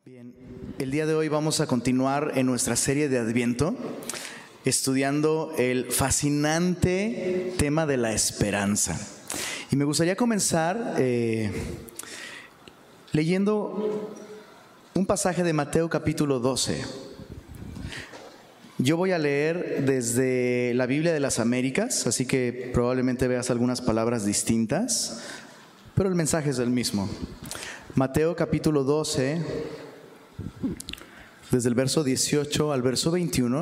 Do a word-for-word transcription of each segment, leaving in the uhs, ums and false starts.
Bien, el día de hoy vamos a continuar en nuestra serie de Adviento, estudiando el fascinante tema de la esperanza. Y me gustaría comenzar eh, leyendo un pasaje de Mateo capítulo doce. Yo voy a leer desde la Biblia de las Américas, así que probablemente veas algunas palabras distintas, pero el mensaje es el mismo. Mateo capítulo doce, desde el verso dieciocho al verso veintiuno,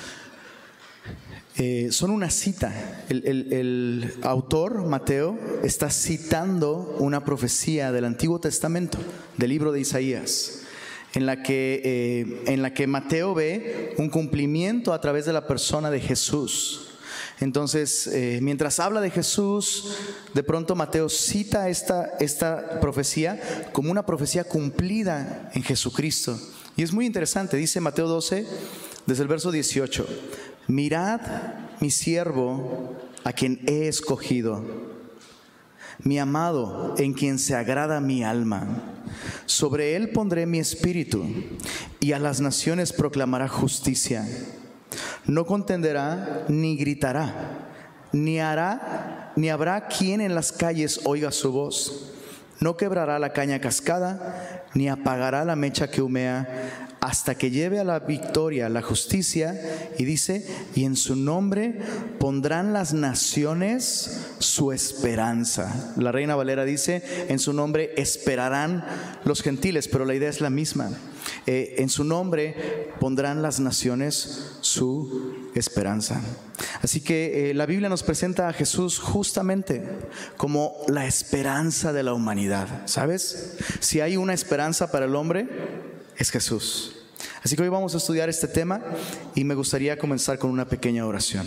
eh, son una cita. El, el, el autor, Mateo, está citando una profecía del Antiguo Testamento, del libro de Isaías, en la que, eh, en la que Mateo ve un cumplimiento a través de la persona de Jesús. Entonces, eh, mientras habla de Jesús, de pronto Mateo cita esta, esta profecía como una profecía cumplida en Jesucristo. Y es muy interesante, dice Mateo doce, desde el verso dieciocho, mirad mi siervo a quien he escogido, mi amado en quien se agrada mi alma. Sobre él pondré mi espíritu y a las naciones proclamará justicia. No contenderá ni gritará, ni hará, ni habrá quien en las calles oiga su voz. No quebrará la caña cascada, ni apagará la mecha que humea, hasta que lleve a la victoria la justicia. Y dice, y en su nombre pondrán las naciones su esperanza. La Reina Valera dice, en su nombre esperarán los gentiles, pero la idea es la misma. Eh, en su nombre pondrán las naciones su esperanza. Así que eh, la Biblia nos presenta a Jesús justamente como la esperanza de la humanidad. ¿Sabes? Si hay una esperanza para el hombre, es Jesús. Así que hoy vamos a estudiar este tema y me gustaría comenzar con una pequeña oración.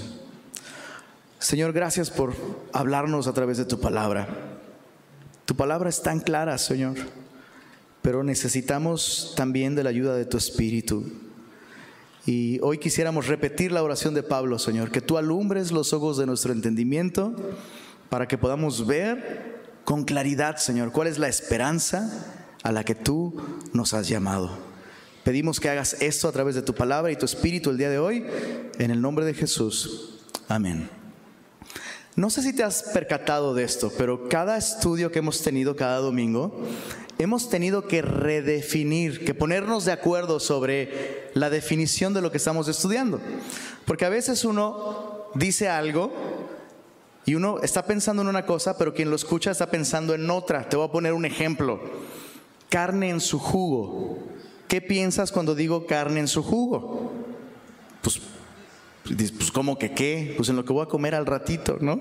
Señor, gracias por hablarnos a través de tu palabra. Tu palabra es tan clara, Señor, pero necesitamos también de la ayuda de tu Espíritu. Y hoy quisiéramos repetir la oración de Pablo, Señor, que tú alumbres los ojos de nuestro entendimiento para que podamos ver con claridad, Señor, cuál es la esperanza a la que tú nos has llamado. Pedimos que hagas esto a través de tu palabra y tu Espíritu el día de hoy, en el nombre de Jesús. Amén. No sé si te has percatado de esto, pero cada estudio que hemos tenido cada domingo, hemos tenido que redefinir, que ponernos de acuerdo sobre la definición de lo que estamos estudiando. Porque a veces uno dice algo y uno está pensando en una cosa, pero quien lo escucha está pensando en otra. Te voy a poner un ejemplo. Carne en su jugo. ¿Qué piensas cuando digo carne en su jugo? Pues, pues ¿cómo que qué? Pues en lo que voy a comer al ratito, ¿no?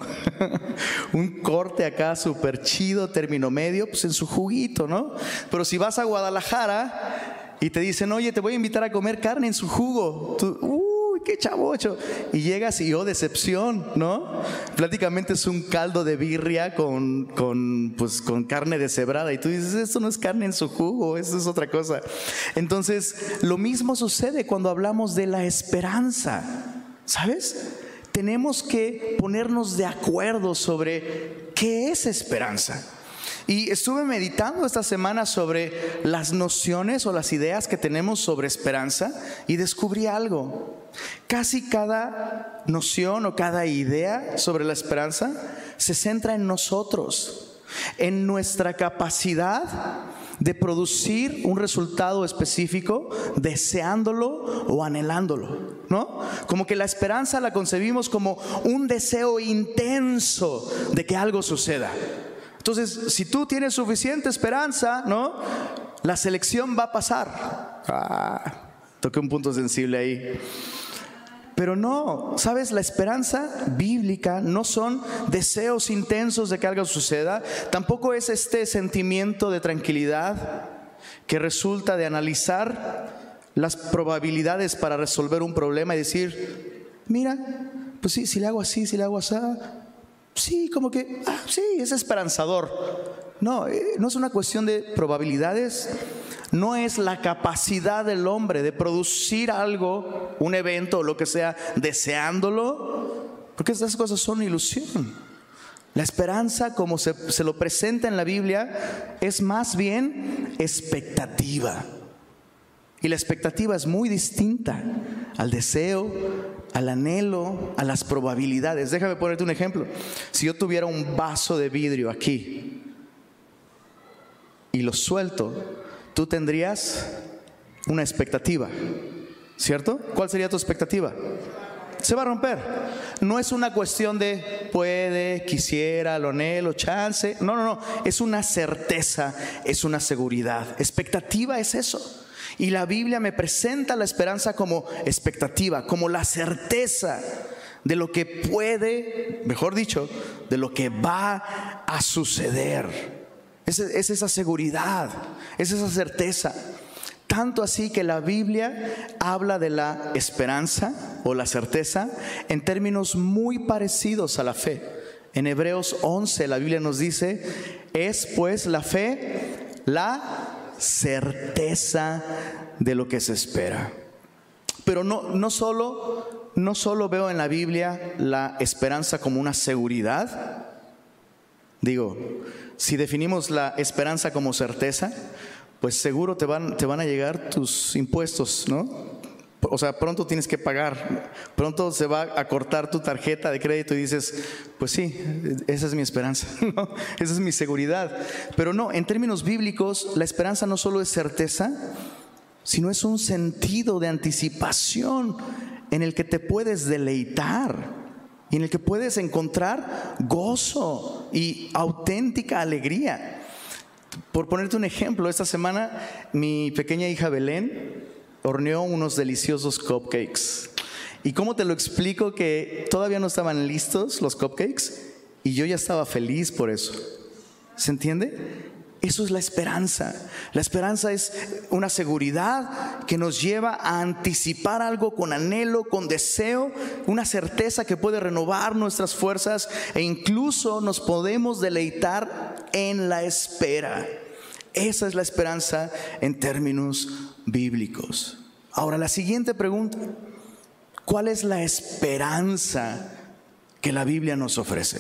Un corte acá súper chido, término medio, pues en su juguito, ¿no? Pero si vas a Guadalajara y te dicen, oye, te voy a invitar a comer carne en su jugo, tú, uy, qué chavocho. Y llegas y, oh, decepción, ¿no? Prácticamente es un caldo de birria con, con, pues, con carne deshebrada. Y tú dices, esto no es carne en su jugo, esto es otra cosa. Entonces, lo mismo sucede cuando hablamos de la esperanza. ¿Sabes? Tenemos que ponernos de acuerdo sobre qué es esperanza. Y estuve meditando esta semana sobre las nociones o las ideas que tenemos sobre esperanza y descubrí algo. Casi cada noción o cada idea sobre la esperanza se centra en nosotros, en nuestra capacidad de producir un resultado específico, deseándolo o anhelándolo, ¿no? Como que la esperanza la concebimos como un deseo intenso de que algo suceda. Entonces, si tú tienes suficiente esperanza, ¿no?, la selección va a pasar. Ah, toqué un punto sensible ahí. Pero no, ¿sabes? La esperanza bíblica no son deseos intensos de que algo suceda. Tampoco es este sentimiento de tranquilidad que resulta de analizar las probabilidades para resolver un problema y decir, mira, pues sí, si le hago así, si le hago así, sí, como que, ah, sí, es esperanzador. No, no es una cuestión de probabilidades. No es la capacidad del hombre de producir algo, un evento o lo que sea, deseándolo, porque estas cosas son ilusión. La esperanza, como se, se lo presenta en la Biblia, es más bien expectativa. Y la expectativa es muy distinta al deseo, al anhelo, a las probabilidades. Déjame ponerte un ejemplo. Si yo tuviera un vaso de vidrio aquí y lo suelto, tú tendrías una expectativa, ¿cierto? ¿Cuál sería tu expectativa? Se va a romper. No es una cuestión de puede, quisiera, lo anhelo, chance. No, no, no. Es una certeza, es una seguridad. Expectativa es eso. Y la Biblia me presenta la esperanza como expectativa, como la certeza de lo que puede, mejor dicho, de lo que va a suceder. Es, es esa seguridad, es esa certeza. Tanto así que la Biblia habla de la esperanza o la certeza en términos muy parecidos a la fe. En Hebreos once la Biblia nos dice: es pues la fe la certeza de lo que se espera. Pero no, no solo, no solo veo en la Biblia la esperanza como una seguridad. Digo, si definimos la esperanza como certeza, pues seguro te van, te van a llegar tus impuestos, ¿no? O sea, pronto tienes que pagar, pronto se va a cortar tu tarjeta de crédito y dices, pues sí, esa es mi esperanza, ¿no? Esa es mi seguridad. Pero no, en términos bíblicos, la esperanza no solo es certeza, sino es un sentido de anticipación en el que te puedes deleitar y en el que puedes encontrar gozo y auténtica alegría. Por ponerte un ejemplo, esta semana mi pequeña hija Belén horneó unos deliciosos cupcakes. ¿Y cómo te lo explico que todavía no estaban listos los cupcakes? Y yo ya estaba feliz por eso. ¿Se entiende? Eso es la esperanza. La esperanza es una seguridad que nos lleva a anticipar algo con anhelo, con deseo, una certeza que puede renovar nuestras fuerzas e incluso nos podemos deleitar en la espera. Esa es la esperanza en términos bíblicos. Ahora, la siguiente pregunta: ¿cuál es la esperanza que la Biblia nos ofrece?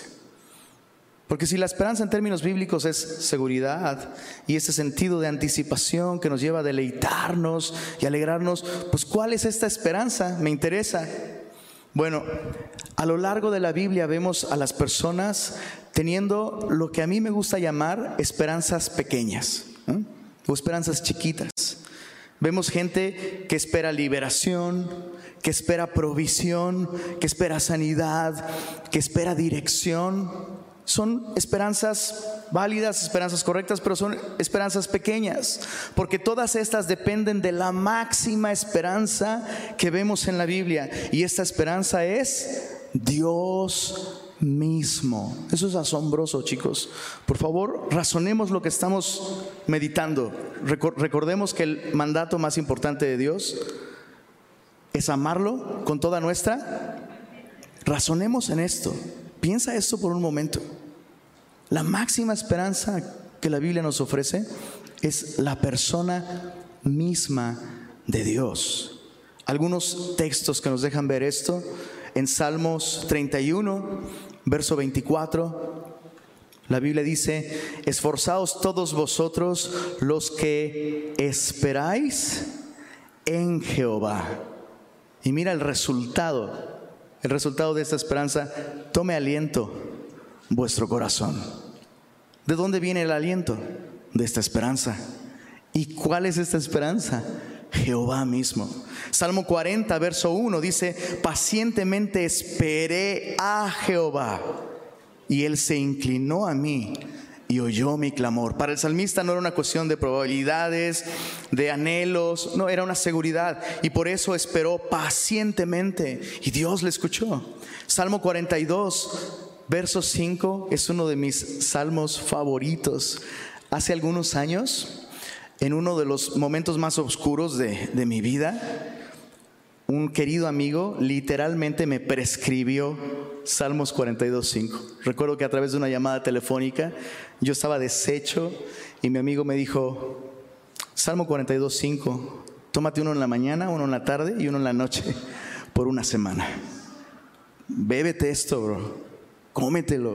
Porque si la esperanza en términos bíblicos es seguridad y ese sentido de anticipación que nos lleva a deleitarnos y alegrarnos, pues ¿cuál es esta esperanza? Me interesa. Bueno, a lo largo de la Biblia vemos a las personas teniendo lo que a mí me gusta llamar esperanzas pequeñas, ¿eh? O esperanzas chiquitas. Vemos gente que espera liberación, que espera provisión, que espera sanidad, que espera dirección. Son esperanzas válidas, esperanzas correctas, pero son esperanzas pequeñas, porque todas estas dependen de la máxima esperanza que vemos en la Biblia, y esta esperanza es Dios mismo. Eso es asombroso, chicos. Por favor, razonemos lo que estamos meditando. Recordemos que el mandato más importante de Dios es amarlo con toda nuestra. Razonemos en esto. Piensa esto por un momento. La máxima esperanza que la Biblia nos ofrece es la persona misma de Dios. Algunos textos que nos dejan ver esto: en Salmos treinta y uno, verso veinticuatro, la Biblia dice: esforzaos todos vosotros los que esperáis en Jehová. Y mira el resultado. El resultado de esta esperanza: tome aliento vuestro corazón. ¿De dónde viene el aliento? De esta esperanza. ¿Y cuál es esta esperanza? Jehová mismo. Salmo cuarenta, verso uno dice: pacientemente esperé a Jehová, y Él se inclinó a mí y oyó mi clamor. Para el salmista no era una cuestión de probabilidades, de anhelos, no, era una seguridad, y por eso esperó pacientemente y Dios le escuchó. Salmo cuarenta y dos, verso cinco, es uno de mis salmos favoritos. Hace algunos años, en uno de los momentos más oscuros de, de mi vida, un querido amigo literalmente me prescribió Salmos cuarenta y dos, cinco. Recuerdo que a través de una llamada telefónica yo estaba deshecho y mi amigo me dijo: Salmo cuarenta y dos, cinco, tómate uno en la mañana, uno en la tarde y uno en la noche por una semana. Bébete esto, bro, cómetelo,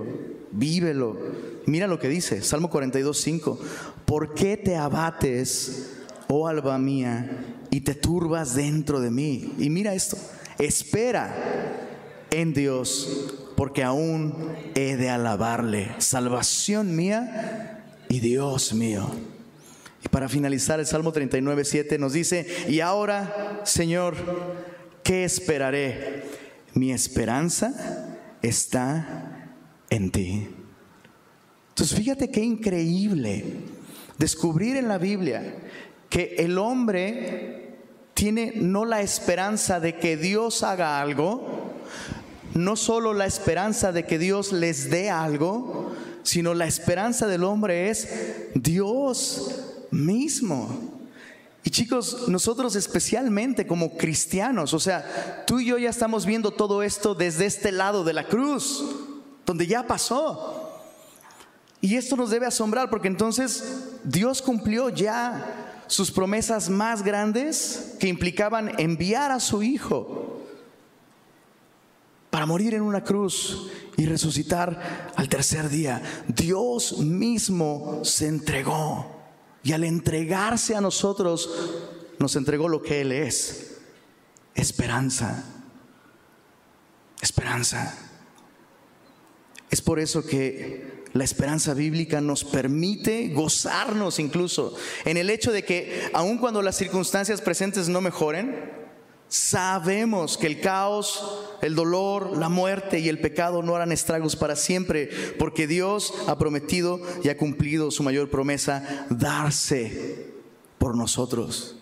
vívelo. Mira lo que dice Salmo cuarenta y dos, cinco: ¿por qué te abates, oh alma mía, y te turbas dentro de mí. Y mira esto: espera en Dios, porque aún he de alabarle, salvación mía y Dios mío. Y para finalizar, el Salmo treinta y nueve, siete nos dice: y ahora, Señor, ¿qué esperaré? Mi esperanza está en ti. Entonces fíjate qué increíble descubrir en la Biblia que el hombre tiene no la esperanza de que Dios haga algo, no solo la esperanza de que Dios les dé algo, sino la esperanza del hombre es Dios mismo. Y chicos, nosotros especialmente como cristianos, o sea, tú y yo ya estamos viendo todo esto desde este lado de la cruz, donde ya pasó. Y esto nos debe asombrar, porque entonces Dios cumplió ya sus promesas más grandes, que implicaban enviar a su Hijo para morir en una cruz y resucitar al tercer día. Dios mismo se entregó, y al entregarse a nosotros, nos entregó lo que Él es: esperanza. Esperanza. Es por eso que la esperanza bíblica nos permite gozarnos incluso en el hecho de que aun cuando las circunstancias presentes no mejoren, sabemos que el caos, el dolor, la muerte y el pecado no harán estragos para siempre, porque Dios ha prometido y ha cumplido su mayor promesa: darse por nosotros.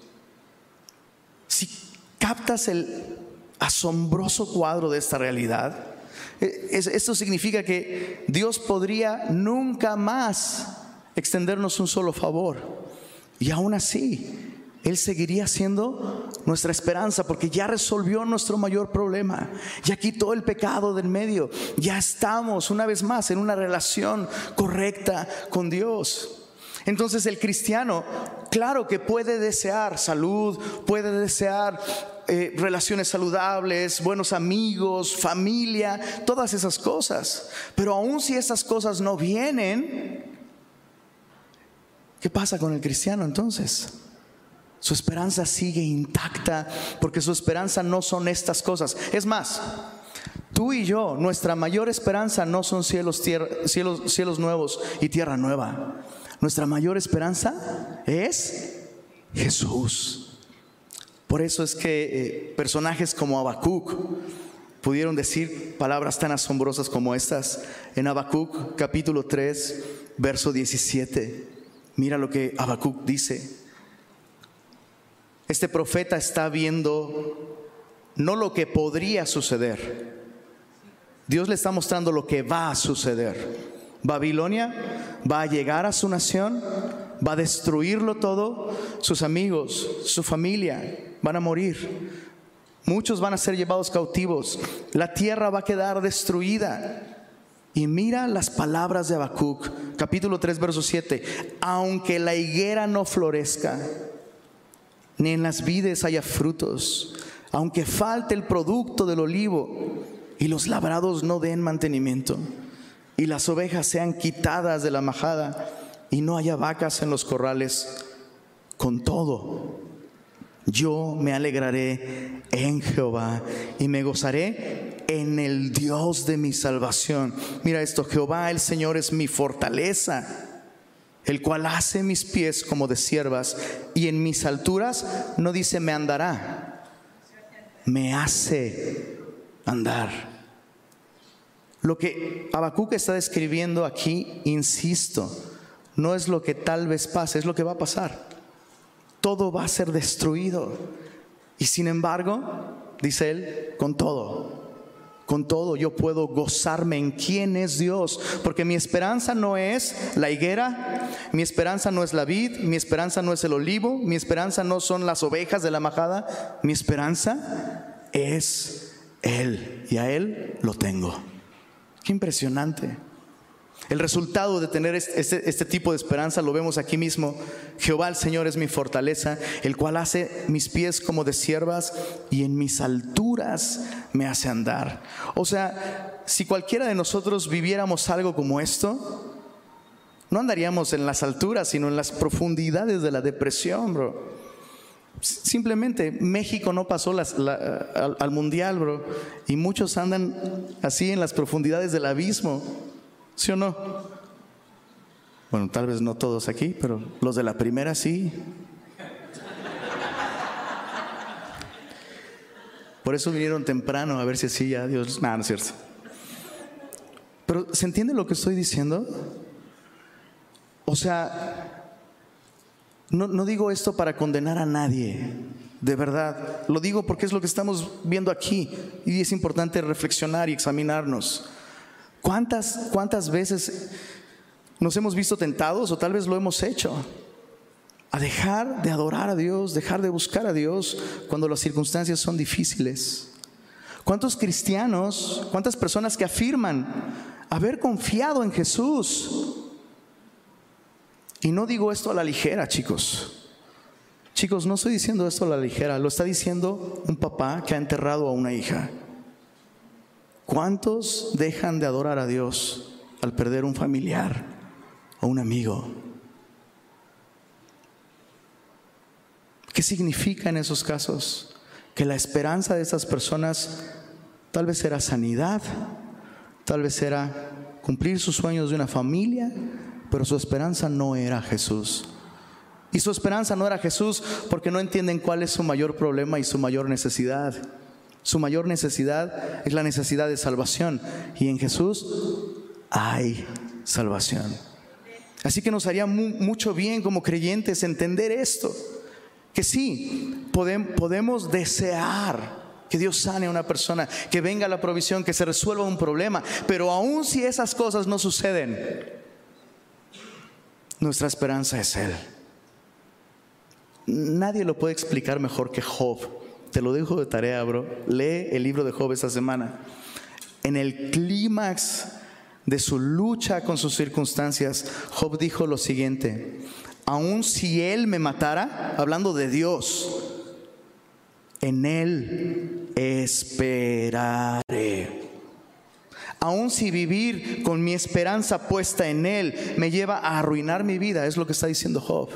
Si captas el asombroso cuadro de esta realidad, esto significa que Dios podría nunca más extendernos un solo favor, y aún así Él seguiría siendo nuestra esperanza, porque ya resolvió nuestro mayor problema, ya quitó el pecado del medio, ya estamos una vez más en una relación correcta con Dios. Entonces el cristiano, claro que puede desear salud, puede desear eh, relaciones saludables, buenos amigos, familia, todas esas cosas. Pero aun si esas cosas no vienen, ¿qué pasa con el cristiano entonces? Su esperanza sigue intacta, porque su esperanza no son estas cosas. Es más, tú y yo, nuestra mayor esperanza no son cielos, tierra, cielos, cielos nuevos y tierra nueva. Nuestra mayor esperanza es Jesús. Por eso es que eh, personajes como Habacuc pudieron decir palabras tan asombrosas como estas. En Habacuc capítulo tres, verso diecisiete, mira lo que Habacuc dice. Este profeta está viendo no lo que podría suceder. Dios le está mostrando lo que va a suceder. Babilonia va a llegar a su nación, va a destruirlo todo. Sus amigos, su familia van a morir. Muchos van a ser llevados cautivos. La tierra va a quedar destruida. Y mira las palabras de Habacuc, capítulo tres, verso siete. Aunque la higuera no florezca, ni en las vides haya frutos, aunque falte el producto del olivo, y los labrados no den mantenimiento, y las ovejas sean quitadas de la majada, y no haya vacas en los corrales, con todo, yo me alegraré en Jehová, y me gozaré en el Dios de mi salvación. Mira esto: Jehová el Señor es mi fortaleza, el cual hace mis pies como de ciervas, y en mis alturas no dice me andará, me hace andar. Lo que Habacuc está describiendo aquí, insisto, no es lo que tal vez pase, es lo que va a pasar. Todo va a ser destruido, y sin embargo, dice él, con todo Con todo yo puedo gozarme en quién es Dios, porque mi esperanza no es la higuera, mi esperanza no es la vid, mi esperanza no es el olivo, mi esperanza no son las ovejas de la majada. Mi esperanza es Él, y a Él lo tengo. Qué impresionante. El resultado de tener este, este, este tipo de esperanza lo vemos aquí mismo. Jehová el Señor es mi fortaleza, el cual hace mis pies como de ciervas, y en mis alturas me hace andar. O sea, si cualquiera de nosotros viviéramos algo como esto, no andaríamos en las alturas, sino en las profundidades de la depresión, bro. Simplemente México no pasó las, la, al, al mundial, bro. Y muchos andan así en las profundidades del abismo. ¿Sí o no? Bueno, tal vez no todos aquí, pero los de la primera sí. Por eso vinieron temprano, a ver si así ya Dios... No, no es cierto. Pero ¿se entiende lo que estoy diciendo? O sea, no, no digo esto para condenar a nadie, de verdad. Lo digo porque es lo que estamos viendo aquí y es importante reflexionar y examinarnos. ¿Cuántas, cuántas veces nos hemos visto tentados, o tal vez lo hemos hecho, a dejar de adorar a Dios, dejar de buscar a Dios cuando las circunstancias son difíciles? ¿Cuántos cristianos, cuántas personas que afirman haber confiado en Jesús? Y no digo esto a la ligera, chicos. Chicos, no estoy diciendo esto a la ligera. Lo está diciendo un papá que ha enterrado a una hija. ¿Cuántos dejan de adorar a Dios al perder un familiar o un amigo? ¿Qué significa en esos casos? Que la esperanza de esas personas tal vez era sanidad, tal vez era cumplir sus sueños de una familia, pero su esperanza no era Jesús. Y su esperanza no era Jesús porque no entienden cuál es su mayor problema y su mayor necesidad. Su mayor necesidad es la necesidad de salvación, y en Jesús hay salvación. Así que nos haría mu- mucho bien como creyentes entender esto. Que sí, podemos desear que Dios sane a una persona, que venga la provisión, que se resuelva un problema, pero aun si esas cosas no suceden, nuestra esperanza es Él. Nadie lo puede explicar mejor que Job. Te lo dejo de tarea, bro. Lee el libro de Job esta semana. En el clímax de su lucha con sus circunstancias, Job dijo lo siguiente: aun si Él me matara, hablando de Dios, en Él esperaré. Aun si vivir con mi esperanza puesta en Él me lleva a arruinar mi vida, es lo que está diciendo Job,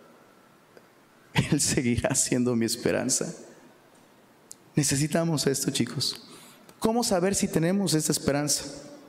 Él seguirá siendo mi esperanza. Necesitamos esto, chicos. ¿Cómo saber si tenemos esta esperanza?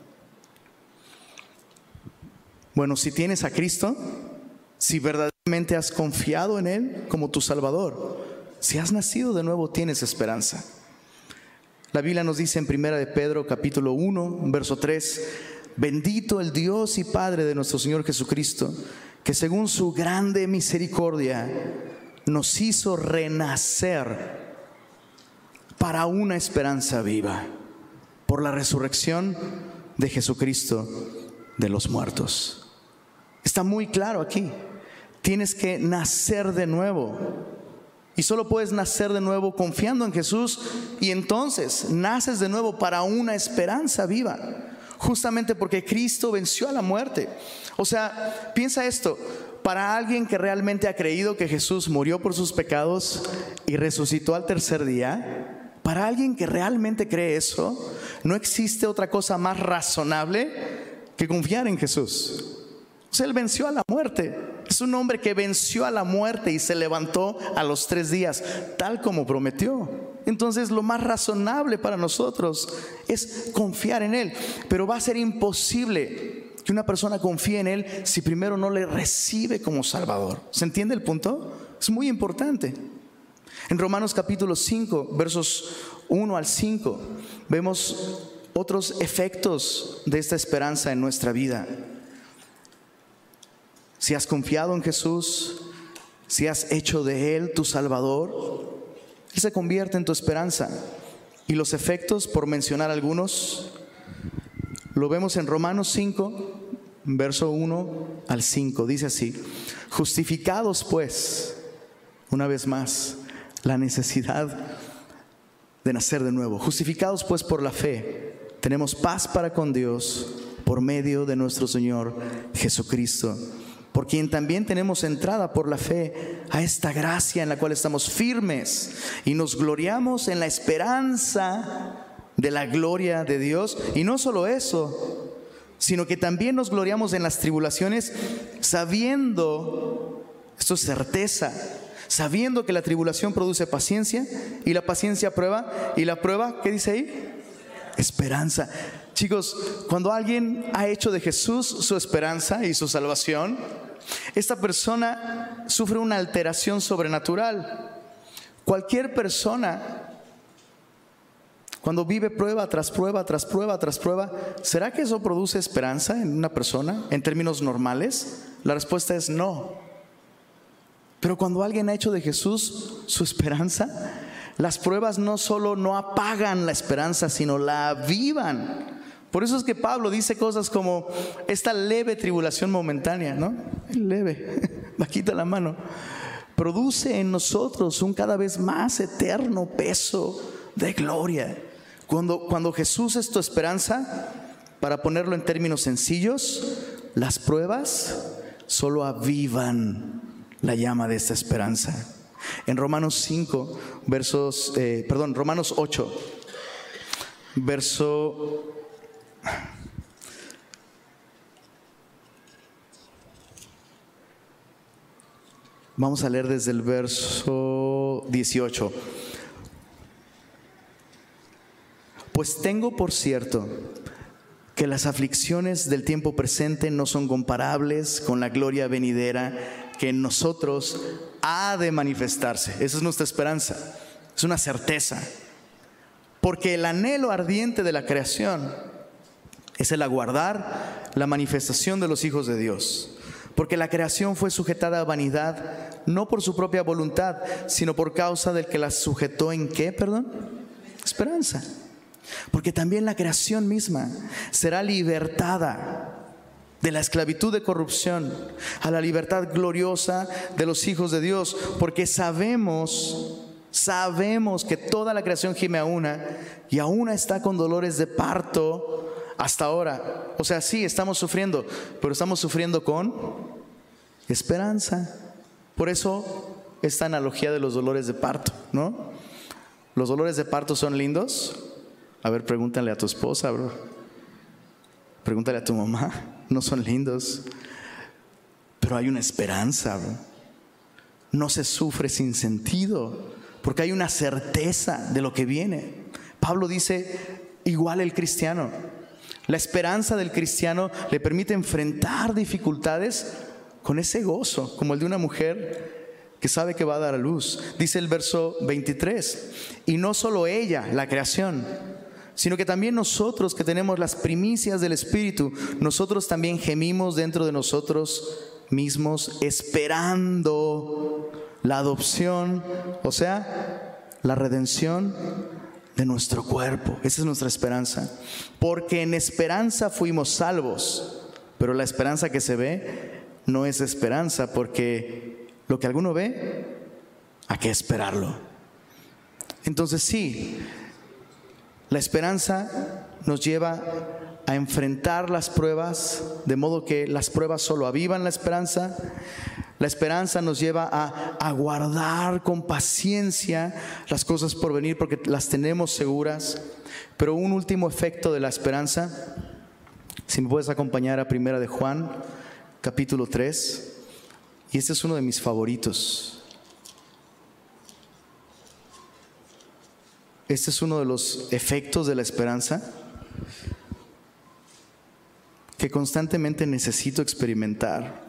Bueno, si tienes a Cristo, si verdaderamente has confiado en Él como tu Salvador, si has nacido de nuevo, tienes esperanza. La Biblia nos dice en primera de Pedro capítulo uno, verso tres: bendito el Dios y Padre de nuestro Señor Jesucristo, que según su grande misericordia nos hizo renacer para una esperanza viva, por la resurrección de Jesucristo de los muertos. Está muy claro aquí. Tienes que nacer de nuevo. Y solo puedes nacer de nuevo confiando en Jesús. Y entonces naces de nuevo para una esperanza viva. Justamente porque Cristo venció a la muerte. O sea, piensa esto. Para alguien que realmente ha creído que Jesús murió por sus pecados y resucitó al tercer día, para alguien que realmente cree eso, no existe otra cosa más razonable que confiar en Jesús. O sea, Él venció a la muerte. Es un hombre que venció a la muerte y se levantó a los tres días, tal como prometió. Entonces, lo más razonable para nosotros es confiar en Él. Pero va a ser imposible que una persona confíe en Él si primero no le recibe como Salvador. ¿Se entiende el punto? Es muy importante. En Romanos capítulo cinco, versos uno al cinco, vemos otros efectos de esta esperanza en nuestra vida. Si has confiado en Jesús, si has hecho de Él tu Salvador, Él se convierte en tu esperanza. Y los efectos, por mencionar algunos, lo vemos en Romanos cinco, verso uno al cinco. Dice así: justificados pues, una vez más, la necesidad de nacer de nuevo. Justificados pues por la fe, tenemos paz para con Dios por medio de nuestro Señor Jesucristo, por quien también tenemos entrada por la fe a esta gracia en la cual estamos firmes y nos gloriamos en la esperanza de la gloria de Dios. Y no solo eso, sino que también nos gloriamos en las tribulaciones, sabiendo, esto es certeza, sabiendo que la tribulación produce paciencia, y la paciencia prueba, y la prueba, ¿qué dice ahí? Esperanza. Chicos, cuando alguien ha hecho de Jesús su esperanza y su salvación, esta persona sufre una alteración sobrenatural. Cualquier persona, cuando vive prueba tras prueba, tras prueba, tras prueba, ¿será que eso produce esperanza en una persona en términos normales? La respuesta es no. Pero cuando alguien ha hecho de Jesús su esperanza, las pruebas no solo no apagan la esperanza, sino la avivan. Por eso es que Pablo dice cosas como esta leve tribulación momentánea, ¿no? Leve, bajita la mano, produce en nosotros un cada vez más eterno peso de gloria. Cuando, cuando Jesús es tu esperanza, para ponerlo en términos sencillos, las pruebas solo avivan la llama de esta esperanza. En Romanos cinco, versos, eh, perdón, Romanos ocho, verso... Vamos a leer desde el verso dieciocho. Pues tengo por cierto que las aflicciones del tiempo presente no son comparables con la gloria venidera que en nosotros ha de manifestarse. Esa es nuestra esperanza, es una certeza. Porque el anhelo ardiente de la creación es el aguardar la manifestación de los hijos de Dios. Porque la creación fue sujetada a vanidad, no por su propia voluntad, sino por causa del que la sujetó en ¿qué, perdón? Esperanza. Porque también la creación misma será libertada de la esclavitud de corrupción a la libertad gloriosa de los hijos de Dios. Porque sabemos, sabemos que toda la creación gime a una, y a una está con dolores de parto hasta ahora. O sea, sí, estamos sufriendo, pero estamos sufriendo con esperanza. Por eso esta analogía de los dolores de parto, ¿no? ¿Los dolores de parto son lindos? A ver, pregúntale a tu esposa, bro. Pregúntale a tu mamá. No son lindos, pero hay una esperanza, bro. No se sufre sin sentido, porque hay una certeza de lo que viene. Pablo dice, igual el cristiano. La esperanza del cristiano le permite enfrentar dificultades con ese gozo, como el de una mujer que sabe que va a dar a luz. Dice el verso veintitrés, y no solo ella, la creación, sino que también nosotros que tenemos las primicias del Espíritu, nosotros también gemimos dentro de nosotros mismos, esperando la adopción, o sea, la redención de nuestro cuerpo. Esa es nuestra esperanza. Porque en esperanza fuimos salvos, pero la esperanza que se ve no es esperanza, porque lo que alguno ve, ¿a qué esperarlo? Entonces sí, la esperanza nos lleva a enfrentar las pruebas, de modo que las pruebas solo avivan la esperanza. La esperanza nos lleva a aguardar con paciencia las cosas por venir, porque las tenemos seguras. Pero un último efecto de la esperanza, si me puedes acompañar a Primera de Juan, capítulo tres, y este es uno de mis favoritos. Este es uno de los efectos de la esperanza que constantemente necesito experimentar.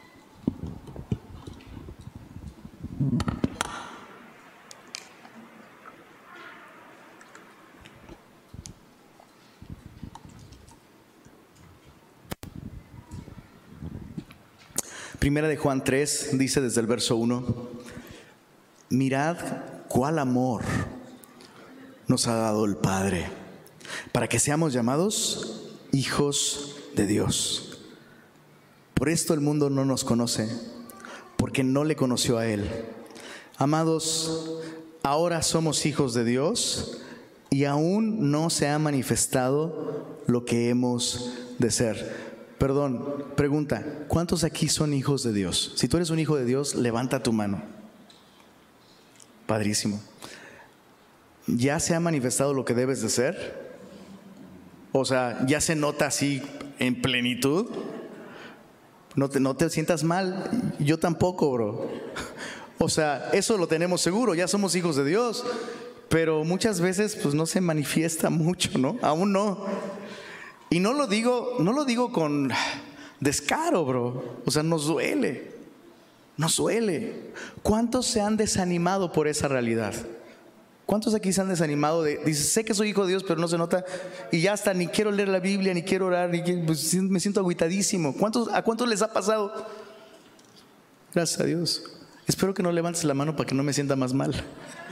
Primera de Juan tres dice desde el verso uno, mirad cuál amor nos ha dado el Padre, para que seamos llamados hijos de Dios. Por esto el mundo no nos conoce, porque no le conoció a Él. Amados, ahora somos hijos de Dios, y aún no se ha manifestado lo que hemos de ser. Perdón, pregunta, ¿cuántos aquí son hijos de Dios? Si tú eres un hijo de Dios, levanta tu mano. Padrísimo. ¿Ya se ha manifestado lo que debes de ser? O sea, ¿ya se nota así en plenitud? No te, no te sientas mal, yo tampoco, bro. O sea, eso lo tenemos seguro, ya somos hijos de Dios. Pero muchas veces pues no se manifiesta mucho, ¿no? Aún no. Y no lo digo, no lo digo con descaro, bro. O sea, nos duele. Nos duele. ¿Cuántos se han desanimado por esa realidad? ¿Cuántos aquí se han desanimado de, dice, sé que soy hijo de Dios, pero no se nota, y ya hasta ni quiero leer la Biblia, ni quiero orar, ni quiero, pues me siento agüitadísimo? ¿Cuántos, ¿A cuántos les ha pasado? Gracias a Dios. Espero que no levantes la mano para que no me sienta más mal.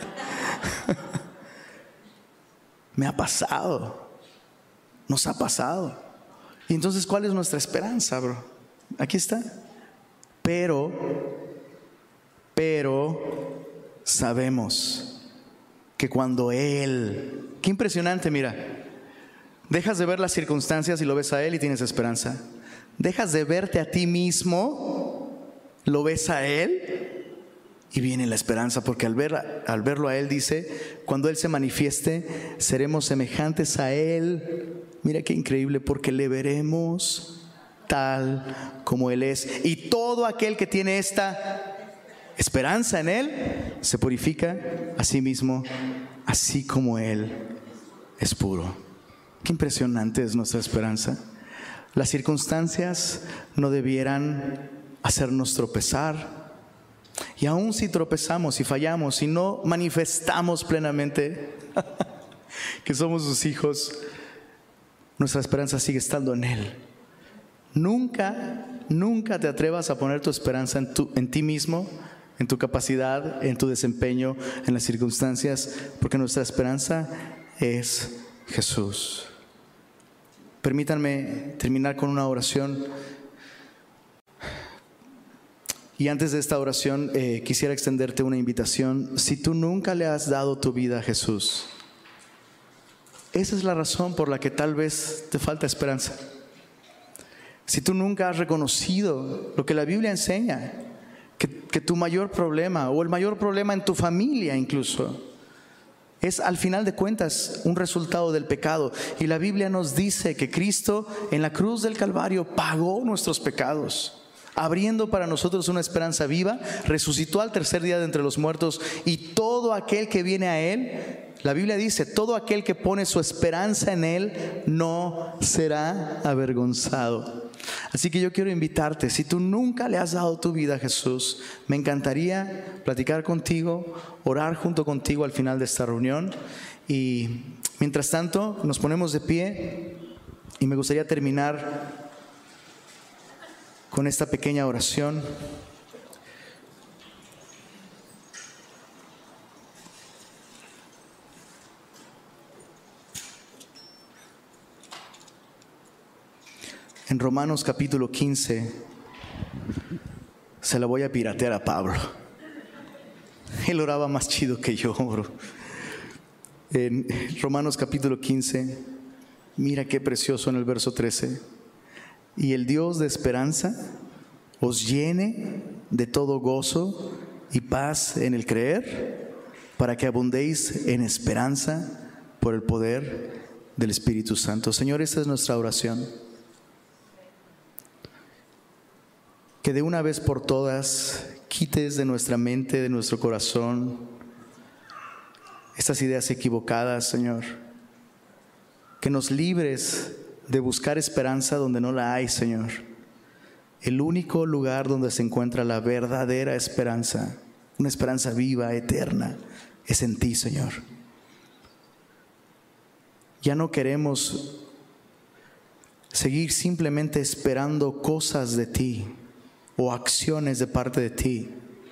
Me ha pasado. Nos ha pasado. Y entonces, ¿cuál es nuestra esperanza, bro? Aquí está. Pero, pero sabemos que cuando Él, qué impresionante, mira, dejas de ver las circunstancias y lo ves a Él y tienes esperanza. Dejas de verte a ti mismo, lo ves a Él y viene la esperanza, porque al, ver, al verlo a Él dice, cuando Él se manifieste, seremos semejantes a Él. Mira qué increíble, porque le veremos tal como Él es. Y todo aquel que tiene esta esperanza en Él se purifica a sí mismo, así como Él es puro. Qué impresionante es nuestra esperanza. Las circunstancias no debieran hacernos tropezar. Y aun si tropezamos y fallamos y no manifestamos plenamente que somos sus hijos, nuestra esperanza sigue estando en Él. Nunca, nunca te atrevas a poner tu esperanza en, tu, en ti mismo, en tu capacidad, en tu desempeño, en las circunstancias, porque nuestra esperanza es Jesús. Permítanme terminar con una oración. Y antes de esta oración, eh, quisiera extenderte una invitación. Si tú nunca le has dado tu vida a Jesús, esa es la razón por la que tal vez te falta esperanza. Si tú nunca has reconocido lo que la Biblia enseña, que, que tu mayor problema, o el mayor problema en tu familia incluso, es al final de cuentas un resultado del pecado. Y la Biblia nos dice que Cristo en la cruz del Calvario pagó nuestros pecados, abriendo para nosotros una esperanza viva, resucitó al tercer día de entre los muertos, y todo aquel que viene a Él, la Biblia dice, todo aquel que pone su esperanza en Él no será avergonzado. Así que yo quiero invitarte, si tú nunca le has dado tu vida a Jesús, me encantaría platicar contigo, orar junto contigo al final de esta reunión. Y mientras tanto, nos ponemos de pie y me gustaría terminar con esta pequeña oración. En Romanos capítulo quince, se la voy a piratear a Pablo. Él oraba más chido que yo, bro. En Romanos capítulo quince, mira qué precioso en el verso trece. Y el Dios de esperanza os llene de todo gozo y paz en el creer, para que abundéis en esperanza por el poder del Espíritu Santo. Señor, esta es nuestra oración. Que de una vez por todas quites de nuestra mente, de nuestro corazón, estas ideas equivocadas, Señor. Que nos libres de buscar esperanza donde no la hay, Señor. El único lugar donde se encuentra la verdadera esperanza, una esperanza viva, eterna, es en ti, Señor. Ya no queremos seguir simplemente esperando cosas de ti o acciones de parte de ti.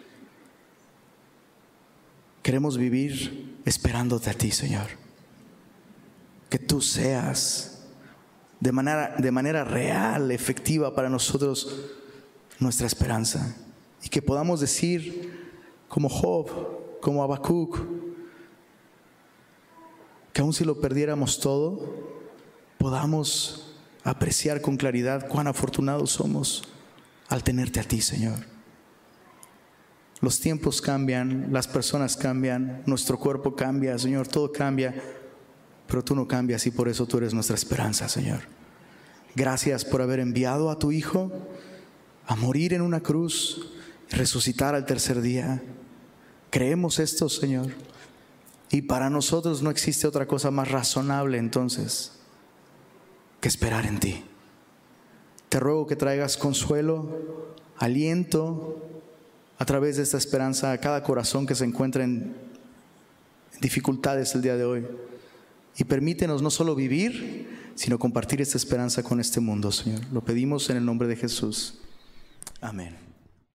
Queremos vivir esperándote a ti, Señor. Que tú seas de manera, de manera real, efectiva para nosotros nuestra esperanza. Y que podamos decir como Job, como Habacuc, que aun si lo perdiéramos todo, podamos apreciar con claridad cuán afortunados somos al tenerte a ti, Señor. Los tiempos cambian, las personas cambian, nuestro cuerpo cambia, Señor, todo cambia, pero tú no cambias, y por eso tú eres nuestra esperanza, Señor. Gracias por haber enviado a tu Hijo a morir en una cruz y resucitar al tercer día. Creemos esto, Señor. Y para nosotros no existe otra cosa más razonable entonces que esperar en ti. Te ruego que traigas consuelo, aliento a través de esta esperanza a cada corazón que se encuentra en dificultades el día de hoy. Y permítenos no solo vivir, sino compartir esta esperanza con este mundo, Señor. Lo pedimos en el nombre de Jesús. Amén.